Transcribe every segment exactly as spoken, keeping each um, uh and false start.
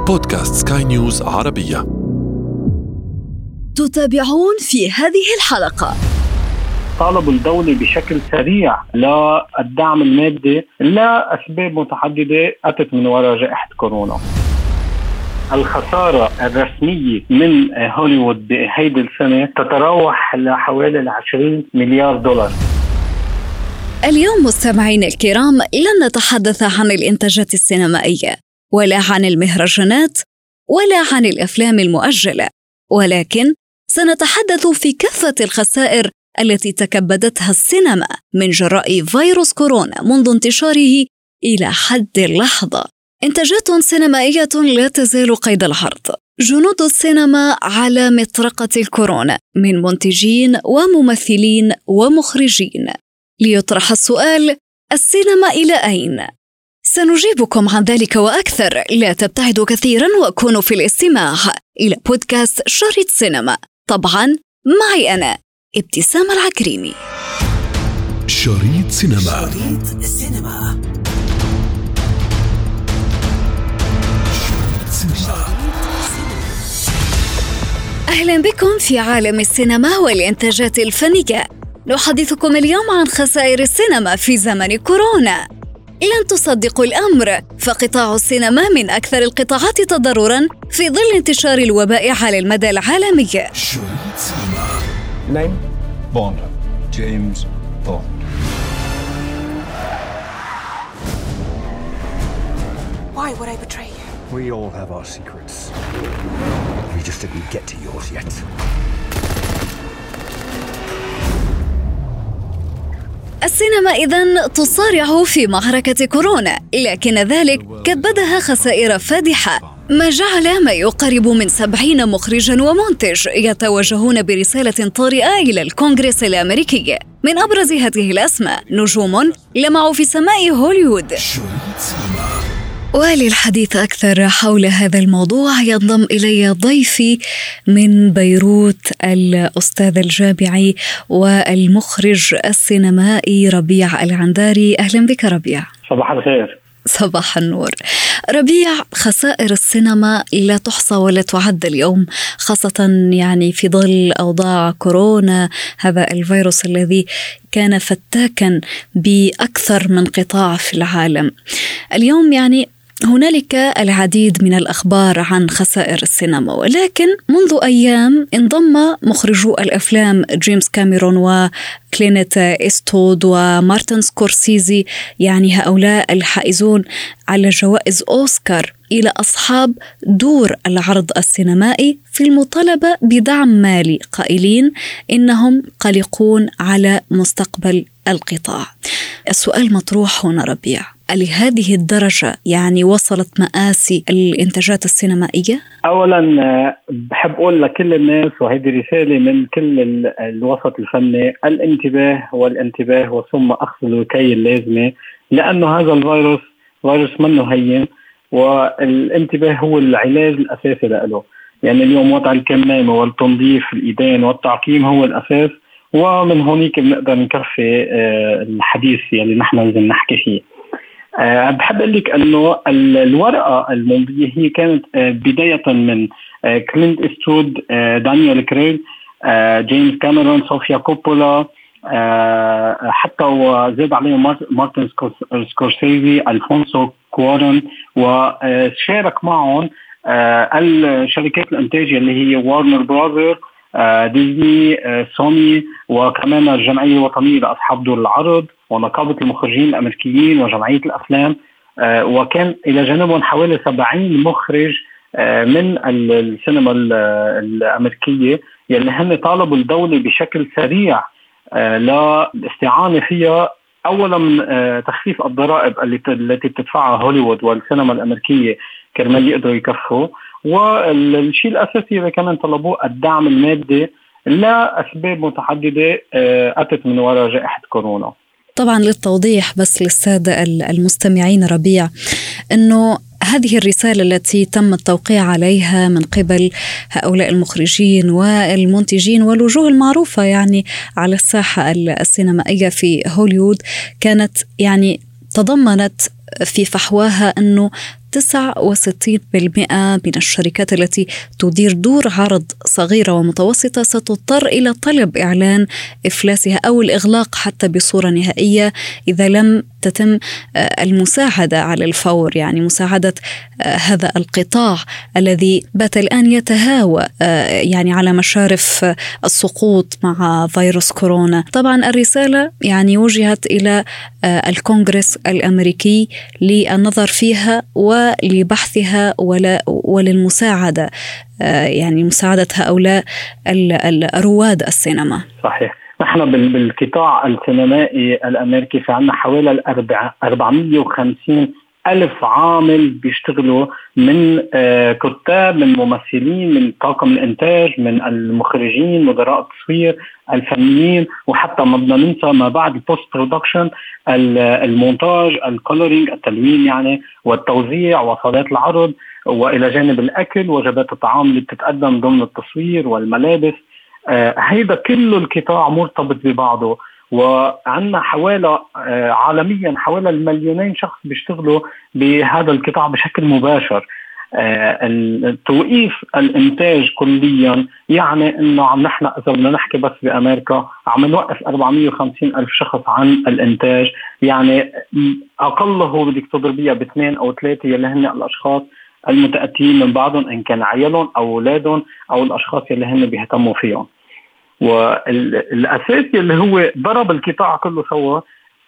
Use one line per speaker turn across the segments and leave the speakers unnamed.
بودكاست سكاي نيوز عربية.
تتابعون في هذه الحلقة.
طالب الدولة بشكل سريع للدعم المادي لأسباب متعددة أتت من وراء جائحة كورونا. الخسارة الرسمية من هوليوود بهيدي السنة تتراوح لحوالي عشرين مليار دولار.
اليوم مستمعين الكرام لن نتحدث عن الإنتاجات السينمائية ولا عن المهرجانات ولا عن الأفلام المؤجلة، ولكن سنتحدث في كافة الخسائر التي تكبدتها السينما من جراء فيروس كورونا منذ انتشاره إلى حد اللحظة. إنتاجات سينمائية لا تزال قيد العرض، جنود السينما على مطرقة الكورونا من منتجين وممثلين ومخرجين. ليطرح السؤال: السينما إلى أين؟ سنجيبكم عن ذلك وأكثر. لا تبتعدوا كثيرا وكونوا في الاستماع إلى بودكاست شريط سينما، طبعا معي أنا ابتسام العكريمي.
شريط سينما.
شريط السينما. أهلا بكم في عالم السينما والإنتاجات الفنية. نحدثكم اليوم عن خسائر السينما في زمن كورونا. لن تصدقوا الأمر، فقطاع السينما من أكثر القطاعات تضرراً في ظل انتشار الوباء على المدى العالمي.
شريط سينما.
Name? Bond. James Bond.
Why would I betray you?
We all have our secrets. We just didn't get to yours yet.
السينما إذن تصارع في معركة كورونا، لكن ذلك كبدها خسائر فادحة، ما جعل ما يقارب من سبعين مخرجاً ومنتج يتوجهون برسالة طارئة إلى الكونغرس الأمريكي. من أبرز هذه الأسماء نجوم لمعوا في سماء هوليوود. وللحديث أكثر حول هذا الموضوع ينضم إلي ضيفي من بيروت الأستاذ الجامعي والمخرج السينمائي ربيع العنداري. أهلا بك ربيع.
صباح الخير.
صباح النور. ربيع، خسائر السينما لا تحصى ولا تعد اليوم، خاصة يعني في ظل أوضاع كورونا، هذا الفيروس الذي كان فتاكا بأكثر من قطاع في العالم. اليوم يعني هنالك العديد من الأخبار عن خسائر السينما، ولكن منذ أيام انضم مخرجو الأفلام جيمس كاميرون وكلينت إيستوود ومارتن سكورسيزي، يعني هؤلاء الحائزون على جوائز أوسكار، إلى أصحاب دور العرض السينمائي في المطالبة بدعم مالي، قائلين إنهم قلقون على مستقبل القطاع. السؤال مطروح هنا ربيع: لهذه الدرجة يعني وصلت مآسي الإنتاجات السينمائية؟
أولا بحب أقول لكل الناس، وهذه رسالة من كل الوسط الفني: الانتباه والانتباه وثم أخذ الوقاية اللازمة، لأنه هذا الفيروس فيروس منه هين، والانتباه هو العلاج الأساسي له. يعني اليوم وضع الكمامة والتنظيف الإيدين والتعقيم هو الأساس، ومن هونيك بنقدر نكفي الحديث اللي نحن لازم نحكي فيه. أه بحب أقول لك أنه الورقة الممضية هي كانت أه بداية من أه كلينت إيستوود، أه دانيال كريغ، أه جيمس كاميرون، صوفيا كوبولا، أه حتى وزاد عليهم مارتن سكورسيزي، ألفونسو كوارون، وشارك معهم أه الشركات الإنتاج اللي هي وارنر براذر، أه ديزني، أه سوني، وكمان الجمعية الوطنية لأصحاب دور العرض، ونقابة المخرجين الأمريكيين، وجمعية الأفلام. آه وكان إلى جانبهم حوالي سبعين مخرج آه من السينما الأمريكية، يلي هن طالبوا الدولة بشكل سريع آه للاستعانة فيها، أولا من آه تخفيف الضرائب التي بتدفعها هوليوود والسينما الأمريكية كرمال يقدروا يكفوا، والشيء الأساسي اللي كمان طلبوه الدعم المادي لأسباب متعددة آه أتت من وراء جائحة كورونا.
طبعا للتوضيح بس للسادة المستمعين ربيع، أنه هذه الرسالة التي تم التوقيع عليها من قبل هؤلاء المخرجين والمنتجين والوجوه المعروفة يعني على الساحة السينمائية في هوليوود كانت يعني تضمنت في فحواها أنه تسعة وستين بالمئة من الشركات التي تدير دور عرض صغيرة ومتوسطة ستضطر إلى طلب إعلان إفلاسها أو الإغلاق حتى بصورة نهائية إذا لم تتم المساعدة على الفور، يعني مساعدة هذا القطاع الذي بات الآن يتهاوى يعني على مشارف السقوط مع فيروس كورونا. طبعا الرسالة يعني وجهت إلى الكونغرس الأمريكي للنظر فيها ولبحثها وللمساعدة، يعني مساعدة هؤلاء رواد السينما.
صحيح. نحن بالقطاع السينمائي الأمريكي في عنا حوالي أربعمية وخمسين ألف عامل بيشتغلوا، من كتاب، من ممثلين، من طاقم الإنتاج، من المخرجين، مدراء التصوير، الفنيين، وحتى ما بدنا ننسى ما بعد البوست برودكشن، المونتاج، الكولورينج، التلوين يعني، والتوزيع، وصالات العرض، وإلى جانب الأكل، وجبات الطعام اللي بتتقدم ضمن التصوير، والملابس. آه هيدا كله القطاع مرتبط ببعضه، وعندنا حوالي آه عالميا حوالي المليونين شخص بيشتغلوا بهذا القطاع بشكل مباشر. آه توقيف الانتاج كليا يعني انه عم نحن اذا بدنا نحكي بس بامريكا عم نوقف أربعمية وخمسين الف شخص عن الانتاج، يعني اقله بدك تضربيها باثنين او ثلاثه يلي هن الاشخاص المتأتين من بعضهم، ان كان عيالهم او اولادهم او الاشخاص يلي هن بيهتموا فيهم. والاساس اللي هو ضرب القطاع كله سوا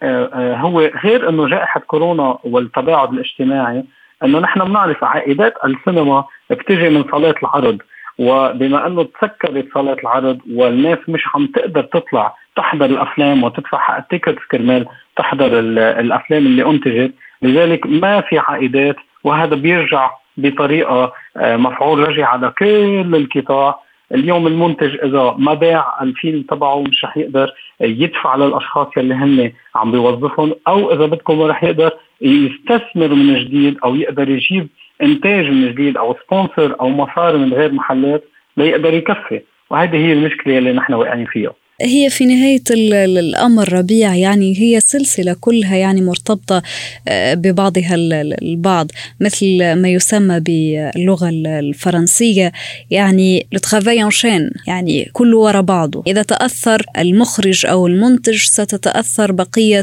هو غير انه جائحة كورونا والتباعد الاجتماعي، انه نحن بنعرف عائدات السينما بتجي من صالات العرض، وبما انه تسكرت صالات العرض والناس مش عم تقدر تطلع تحضر الافلام وتدفع حق التيكتس كرمال تحضر الافلام اللي انتجت، لذلك ما في عائدات، وهذا بيرجع بطريقة مفعول رجع على كل القطاع. اليوم المنتج إذا ما باع الفيلم تبعه مش رح يقدر يدفع للأشخاص اللي هن عم بيوظفهم، أو إذا بدكم رح يقدر يستثمر من جديد أو يقدر يجيب إنتاج من جديد أو سبونسر أو مصاري من غير محلات ليقدر يكفي. وهذه هي المشكلة اللي نحن واقعين فيها.
هي في نهاية الأمر ربيع يعني هي سلسلة كلها يعني مرتبطة ببعضها البعض، مثل ما يسمى باللغة الفرنسية يعني le travail en chaîne، يعني كله وراء بعضه. إذا تأثر المخرج أو المنتج ستتأثر بقية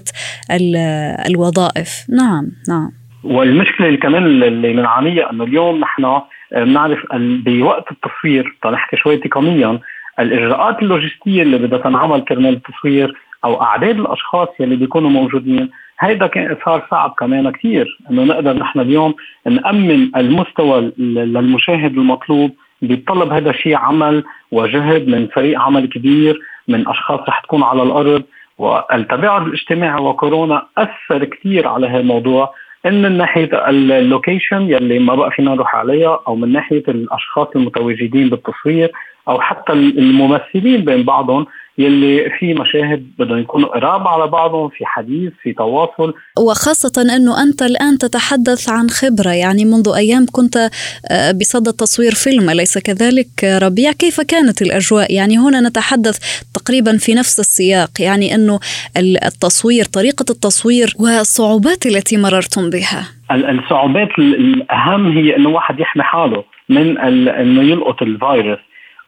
الوظائف. نعم نعم.
والمشكلة اللي كمان اللي بنعانيها أنه اليوم نحن بنعرف بوقت التصوير، تنحكي شوي تقنيا، الإجراءات اللوجستية اللي بدها تنعمل كرمال التصوير أو أعداد الأشخاص اللي بيكونوا موجودين، هيدا كان صار صعب كمان كتير إنه نقدر نحن اليوم نأمن المستوى للمشاهد المطلوب. بيطلب هذا الشيء عمل وجهد من فريق عمل كبير، من أشخاص رح تكون على الأرض. والتباعد الاجتماعي وكورونا أثر كتير على هذا الموضوع، إن من ناحية اللوكيشن يلي ما بقى فينا نروح عليها، أو من ناحية الأشخاص المتواجدين بالتصوير، أو حتى الممثلين بين بعضهم يلي في مشاهد بدهم يكونوا قراب على بعضهم، في حديث، في تواصل.
وخاصة أنه أنت الآن تتحدث عن خبرة، يعني منذ أيام كنت بصدد تصوير فيلم، أليس كذلك ربيع؟ كيف كانت الأجواء؟ يعني هنا نتحدث تقريبا في نفس السياق، يعني أنه التصوير، طريقة التصوير والصعوبات التي مررتم بها.
الصعوبات الأهم هي أنه واحد يحمي حاله من أنه يلقط الفيروس،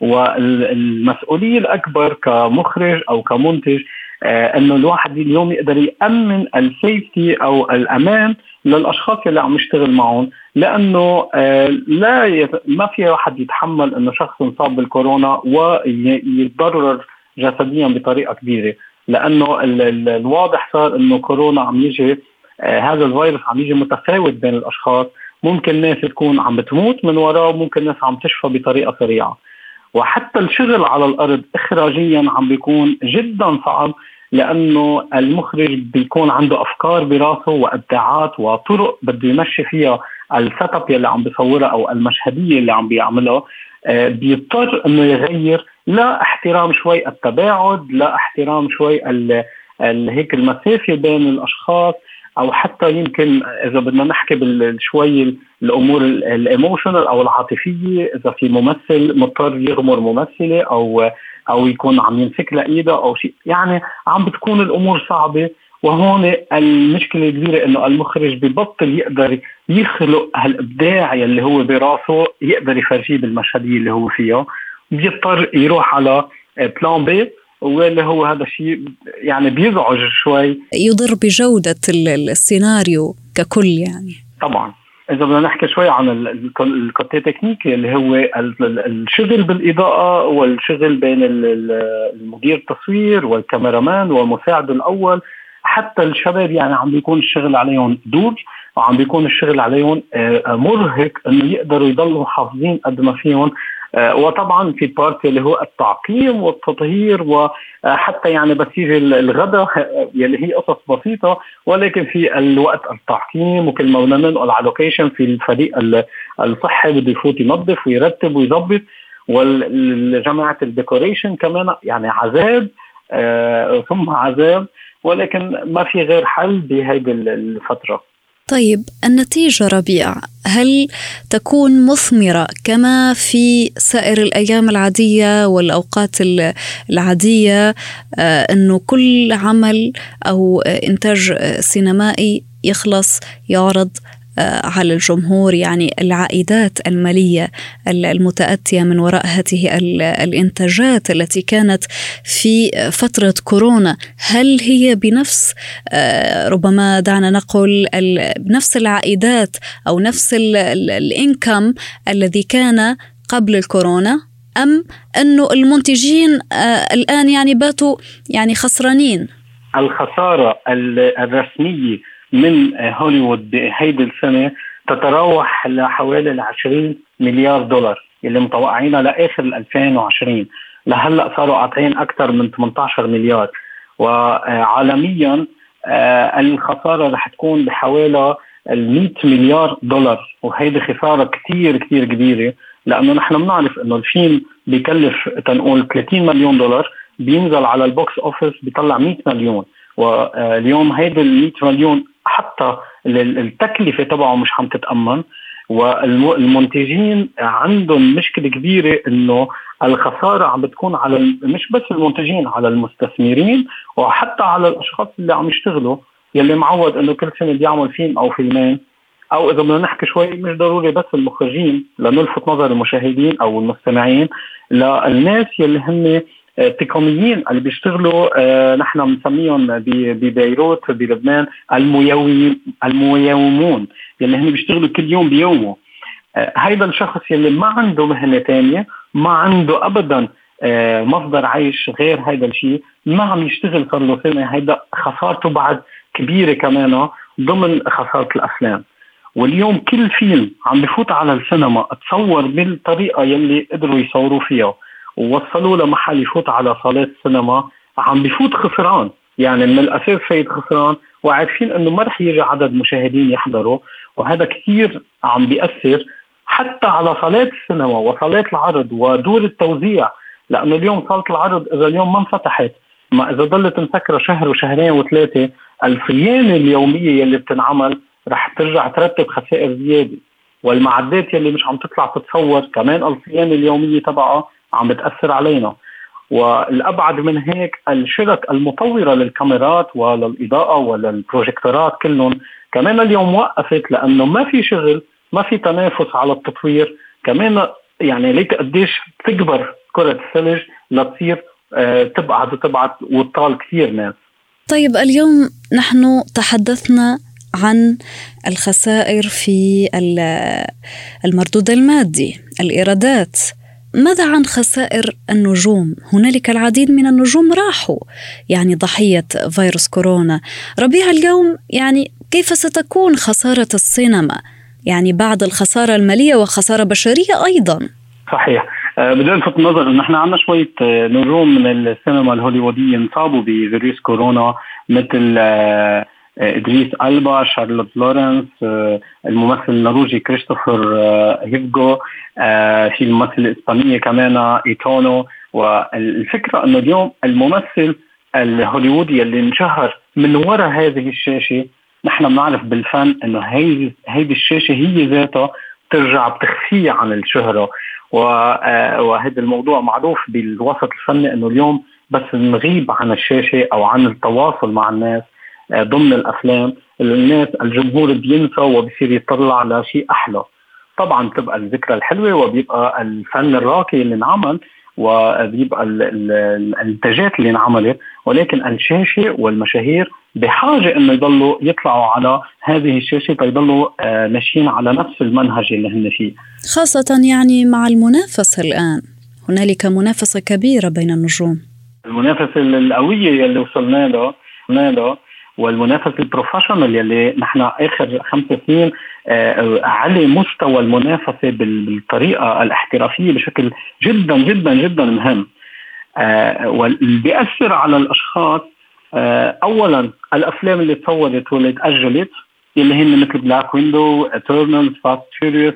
والمسؤولية الأكبر كمخرج أو كمنتج آه أنه الواحد اليوم يقدر يأمن السيفتي أو الأمان للأشخاص اللي عم يشتغل معهم، لأنه آه لا يت... ما في واحد يتحمل أنه شخص انصاب بالكورونا ويتضرر جسديا بطريقة كبيرة، لأنه ال... ال... الواضح صار أنه كورونا عم يجي آه هذا الفيروس عم يجي متفاوت بين الأشخاص، ممكن ناس تكون عم بتموت من وراه، ممكن ناس عم تشفى بطريقة سريعة. وحتى الشغل على الأرض إخراجيا عم بيكون جدا صعب، لأنه المخرج بيكون عنده أفكار براسه وإبداعات وطرق بده يمشي فيها السيت اب اللي عم بيصورها أو المشهدية اللي عم بيعملها، آه بيضطر إنه يغير، لا احترام شوي التباعد، لا احترام شوي ال ال هيك المسافة بين الأشخاص، أو حتى يمكن إذا بدنا نحكي بالشوي الأمور الإيموشنال أو العاطفية، إذا في ممثل مضطر يغمر ممثلة أو أو يكون عم يمسك لها إيدها أو شيء، يعني عم بتكون الأمور صعبة. وهون المشكلة الكبيرة إنه المخرج ببطل يقدر يخلق هالإبداع يلي هو براسه يقدر يفرجيه بالمشهدية اللي هو فيها، بيضطر يروح على بلان بي، واللي هو هذا الشيء يعني بيزعج شوي،
يضر بجودة السيناريو ككل. يعني
طبعا إذا بدنا نحكي شوي عن الكوتي تكنيكي اللي هو الشغل بالإضاءة والشغل بين المدير التصوير والكاميرامان والمساعد الأول، حتى الشباب يعني عم بيكون الشغل عليهم دور وعم بيكون الشغل عليهم مرهق إنه يقدروا يضلوا حافظين قد ما فيهم. وطبعا في بارتي اللي هو التعقيم والتطهير، وحتى يعني بس يجي الغداء يلي هي قصص بسيطة، ولكن في الوقت التعقيم وكل ما بدنا ننقل على لوكيشن في الفريق الصحي بده يفوت ينظف ويرتب ويضبط، والجماعة الديكوريشن كمان يعني عذاب ثم عذاب، ولكن ما في غير حل بهيدي الفترة.
طيب النتيجة ربيع هل تكون مثمرة كما في سائر الأيام العادية والأوقات العادية، أنه كل عمل أو إنتاج سينمائي يخلص يعرض على الجمهور؟ يعني العائدات المالية المتأتية من وراء هذه الإنتاجات التي كانت في فترة كورونا، هل هي بنفس ربما دعنا نقول بنفس العائدات أو نفس الإنكم الذي كان قبل الكورونا، أم أنه المنتجين الآن يعني باتوا يعني خسرانين؟
الخسارة الرسمية من هوليوود بهيدي السنة تتراوح لحوالي العشرين مليار دولار اللي متوقعينها لآخر الألفين وعشرين. لهلأ صاروا قاطعين أكثر من ثمانية عشر مليار، وعالميا الخسارة رح تكون بحوالي المئة مليار دولار، وهيدي خسارة كتير كتير كبيرة، لأنه نحن بنعرف أنه الفيلم بيكلف تنقول ثلاثين مليون دولار، بينزل على البوكس أوفيس بيطلع مئة مليون، واليوم هيدا المئة مليون حتى التكلفة تبعه مش عم تتأمن. والمنتجين عندهم مشكلة كبيرة إنه الخسارة عم بتكون على مش بس المنتجين، على المستثمرين وحتى على الأشخاص اللي عم يشتغلوا، يلي معود إنه كل سنة بيعمل فيلم أو فيلمين، أو إذا بدنا نحكي شوي مش ضروري بس المخرجين لنلفت نظر المشاهدين أو المستمعين للناس يلي هم تقنيين اللي بيشتغلوا آه نحن بنسميهم ببيروت بلبنان الميومون الميومون يلي هم بيشتغلوا كل يوم بيومه. آه هيدا الشخص يلي ما عنده مهنة تانية، ما عنده أبدا آه مصدر عيش غير هيدا الشيء، ما عم يشتغل صار له سنة، هيدا خسارته بعد كبيرة كمان ضمن خسارة الأفلام. واليوم كل فيلم عم بفوت على السينما اتصور بالطريقة يلي قدروا يصوروا فيها ووصلوا لمحل يفوت على صالات السينما عم بيفوت خسران، يعني من الأساس فايت خسران، وعارفين أنه ما رح يجي عدد مشاهدين يحضروا، وهذا كثير عم بيأثر حتى على صالات السينما وصالات العرض ودور التوزيع، لأنه اليوم صالة العرض إذا اليوم ما انفتحت، ما إذا ضلت مسكرة شهر وشهرين وثلاثة، الفريان اليومية يلي بتنعمل رح ترجع ترتب خسائر زيادة، والمعدات يلي مش عم تطلع تتصور كمان الفريان اليومية تبعها عم بتأثر علينا. والأبعد من هيك الشرك المطورة للكاميرات وللإضاءة وللبروجيكتورات كلهم كمان اليوم وقفت، لأنه ما في شغل، ما في تنافس على التطوير كمان، يعني ليك قديش تكبر كرة الثلج لتصير آه تبعد وتبعد وتطال كثير ناس.
طيب اليوم نحن تحدثنا عن الخسائر في المردود المادي، الإيرادات. ماذا عن خسائر النجوم؟ هنالك العديد من النجوم راحوا يعني ضحية فيروس كورونا. ربيع اليوم يعني كيف ستكون خسارة السينما يعني بعد الخسارة المالية وخسارة بشرية أيضا؟
صحيح. أه بدي ألفت النظر أن احنا عندنا شوية نجوم من السينما الهوليوودية انصابوا بفيروس كورونا، مثل أه إدريس ألبا، شارلوت لورنس، الممثل النرويجي كريستوفر هيفغو، في الممثل الإسبانية كمان إيتونو. والفكرة أنه اليوم الممثل الهوليوودي اللي انشهر من وراء هذه الشاشة، نحن بنعرف بالفن أنه هذه هذه الشاشة هي ذاتها ترجع بتخفيه عن الشهرة، وهذا الموضوع معروف بالوسط الفني أنه اليوم بس نغيب عن الشاشة أو عن التواصل مع الناس ضمن الأفلام الناس الجمهور بينسى وبيصير يطلع لشيء أحلى. طبعا بتبقى الذكرى الحلوة وبيبقى الفن الراقي اللي انعمل وبيبقى الانتاجات اللي انعملت، ولكن الشاشة والمشاهير بحاجة انه يضلوا يطلعوا على هذه الشاشة فيضلوا ماشيين على نفس المنهج اللي هن فيه،
خاصة يعني مع المنافسة الآن. هنالك منافسة كبيرة بين النجوم،
المنافسة القوية اللي وصلنا له له والمنافسة البروفيشنال يلي نحن آخر خمس سنين آه على مستوى المنافسة بالطريقة الاحترافية بشكل جدا جدا جدا مهم، آه واللي بيأثر على الأشخاص. آه أولا الأفلام اللي تصورت واللي تأجلت اللي هن مثل بلاك ويندو، إترنالز، فاست فيوريوس،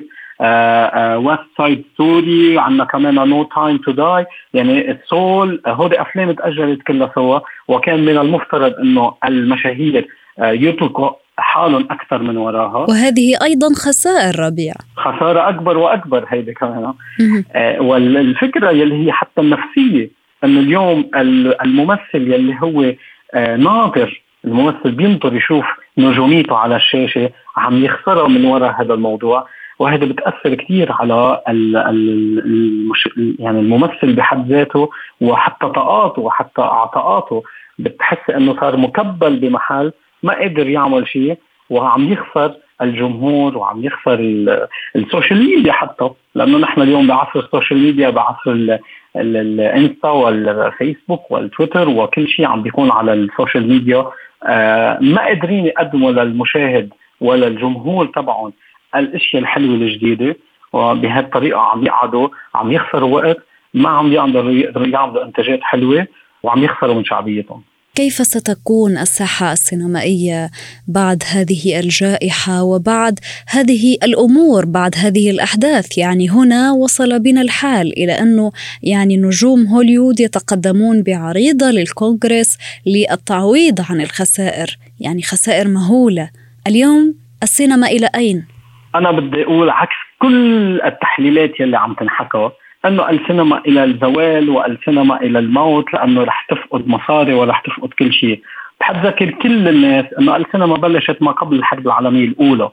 ويست سايد ستوري، عندنا كمان نو تايم تو داي، يعني السول، هودي أفلام تأجلت كلها سوا، وكان من المفترض إنه المشاهير آه يتركوا حالهم أكثر من وراها،
وهذه أيضا خسائر ربيع،
خسارة أكبر وأكبر هيدي كمان. آه والفكرة يلي هي حتى النفسية أن اليوم الممثل يلي هو آه ناظر، الممثل بينطر يشوف نجوميته على الشاشة عم يخسرها من وراء هذا الموضوع، وهذا بتأثر كتير على ال المش... يعني الممثل بحد ذاته وحتى طاقاته وحتى عطاءاته، بتحس أنه صار مكبل بمحل ما قدر يعمل شيء، وعم يخسر الجمهور وعم يخسر السوشيال ميديا حتى، لأنه نحن اليوم بعصر السوشيال ميديا، بعصر الانستا والفيسبوك والتويتر وكل شيء عم بيكون على السوشيال ميديا. آه ما قادرين يقدموا للمشاهد ولا الجمهور تبعهم الاشياء الحلوة الجديدة، وبهالطريقة عم يقعدوا عم يخسروا وقت، ما عم يقدروا يعملوا انتاجات حلوة وعم يخسروا من شعبيتهم.
كيف ستكون الساحة السينمائية بعد هذه الجائحة وبعد هذه الأمور، بعد هذه الأحداث؟ يعني هنا وصل بنا الحال إلى أنه يعني نجوم هوليوود يتقدمون بعريضة للكونغرس للتعويض عن الخسائر، يعني خسائر مهولة. اليوم السينما إلى أين؟
أنا بدي أقول عكس كل التحليلات يلي عم تنحكى، أنه السينما إلى الزوال والسينما إلى الموت، لأنه رح تفقد مصاري ورح تفقد كل شيء. بحب ذكر كل الناس أنه السينما بلشت ما قبل الحرب العالمية الأولى،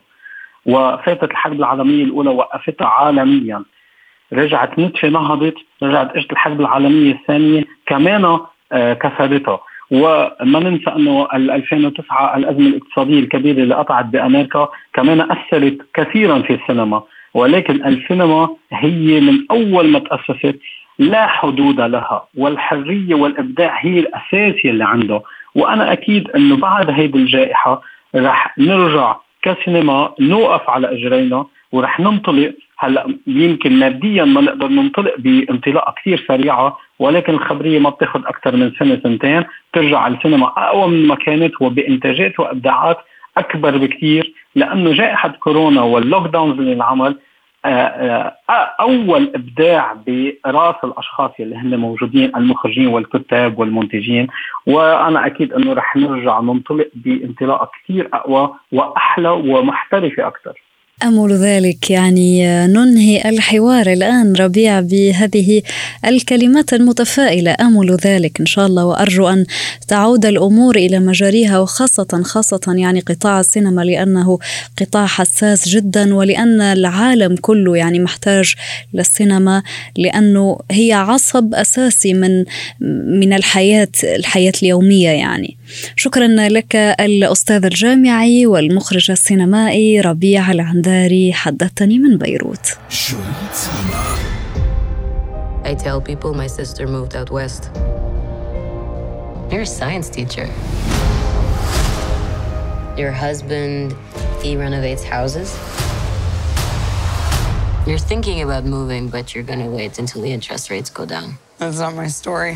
وفاتت الحرب العالمية الأولى وقفتها عالميا، رجعت نتفة نهضت، رجعت اجت الحرب العالمية الثانية كمان آه كسرتها. وما ننسى أنه ألفين وتسعة الأزمة الاقتصادية الكبيرة اللي قطعت بأمريكا كمان أثرت كثيرا في السينما، ولكن السينما هي من أول ما تأسست لا حدود لها، والحرية والإبداع هي الأساس اللي عنده. وأنا أكيد أنه بعد هيدي الجائحة رح نرجع كسينما نوقف على أجرينا ورح ننطلق. هلأ يمكن ماديا ما نقدر ننطلق بانطلاقة كثير سريعة، ولكن الخبرية ما بتاخد أكثر من سنة سنتين ترجع السينما أقوى من ما كانت وبإنتاجات وإبداعات أكبر بكثير، لأنه جائحة كورونا واللوك داونز اللي العمل أول إبداع برأس الأشخاص اللي هم موجودين، المخرجين والكتاب والمنتجين. وأنا أكيد أنه رح نرجع ننطلق بانطلاقة كثير أقوى وأحلى ومحترفة أكثر.
أمل ذلك. يعني ننهي الحوار الآن ربيع بهذه الكلمات المتفائلة، أمل ذلك إن شاء الله، وأرجو أن تعود الأمور إلى مجاريها، وخاصة خاصة يعني قطاع السينما، لأنه قطاع حساس جدا، ولأن العالم كله يعني محتاج للسينما، لأنه هي عصب أساسي من من الحياة الحياة اليومية. يعني شكرا لك الأستاذ الجامعي والمخرج السينمائي ربيع العنداري، حدثتني من بيروت.
I tell people my sister moved out west. You're a science teacher. Your husband, he renovates houses. You're thinking about moving, but you're gonna wait until the interest rates go down.
That's not my story.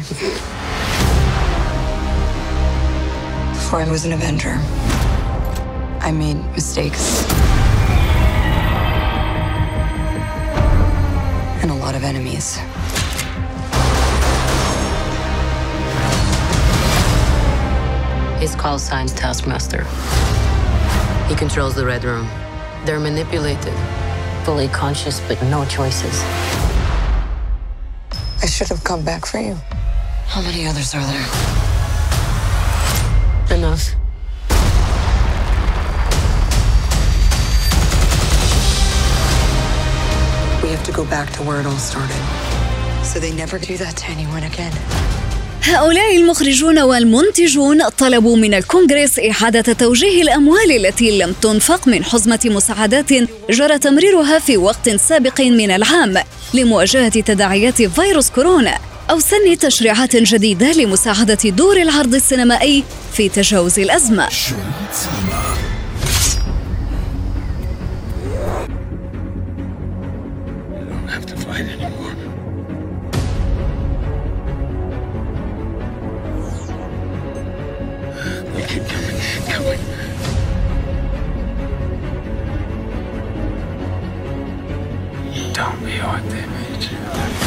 Before I was an Avenger, I made mistakes. And a lot of enemies.
He's called Science Taskmaster. He controls the Red Room. They're manipulated, fully conscious, but no choices.
I should have come back for you.
How many others are there? Enough.
have to go back to where it all started. So they never do that to anyone again.
هؤلاء المخرجون والمنتجون طلبوا من الكونغرس إعادة توجيه الأموال التي لم تنفق من حزمة مساعدات جرى تمريرها في وقت سابق من العام لمواجهة تداعيات فيروس كورونا، أو سن تشريعات جديدة لمساعدة دور العرض السينمائي في تجاوز الأزمة.
Don't be what they made you.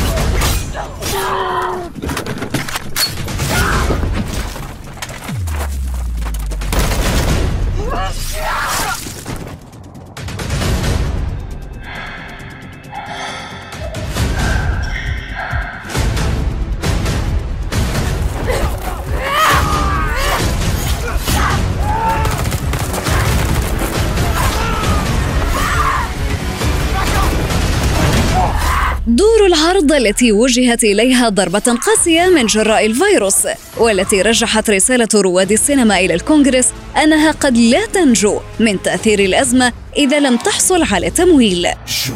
دور العرض التي وجهت إليها ضربة قاسية من جراء الفيروس، والتي رجحت رسالة رواد السينما إلى الكونغرس أنها قد لا تنجو من تأثير الأزمة إذا لم تحصل على تمويل.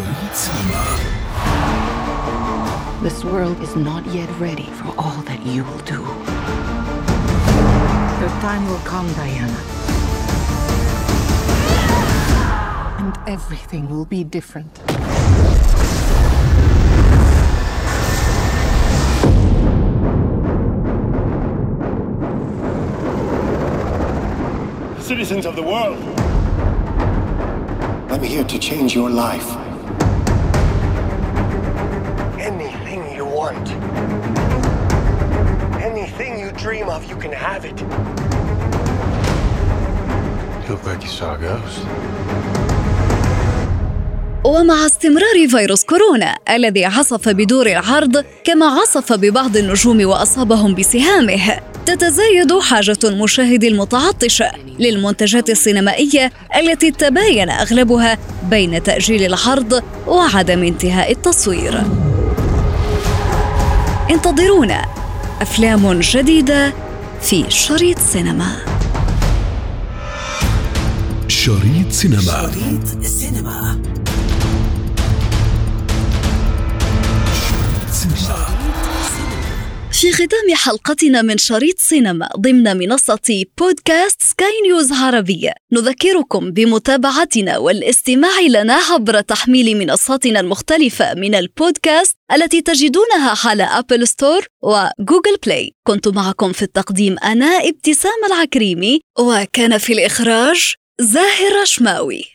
This world is not yet ready for all that you will do. Your time will come, Diana. And everything will be different.
Citizens of the world,
I'm here to change your life.
Anything you want, anything you dream of, you can have it.
You look like you saw a ghost.
ومع استمرار فيروس كورونا الذي عصف بدور العرض كما عصف ببعض النجوم وأصابهم بسهامه، تتزايد حاجة المشاهد المتعطش للمنتجات السينمائية التي تباين أغلبها بين تأجيل العرض وعدم انتهاء التصوير. انتظرونا أفلام جديدة في شريط سينما.
شريط سينما.
شريط سينما. في ختام حلقتنا من شريط سينما ضمن منصة بودكاست سكاي نيوز عربية، نذكركم بمتابعتنا والاستماع لنا عبر تحميل منصاتنا المختلفة من البودكاست التي تجدونها على أبل ستور وجوجل بلاي. كنت معكم في التقديم أنا ابتسام العكريمي، وكان في الإخراج زاهر رشماوي.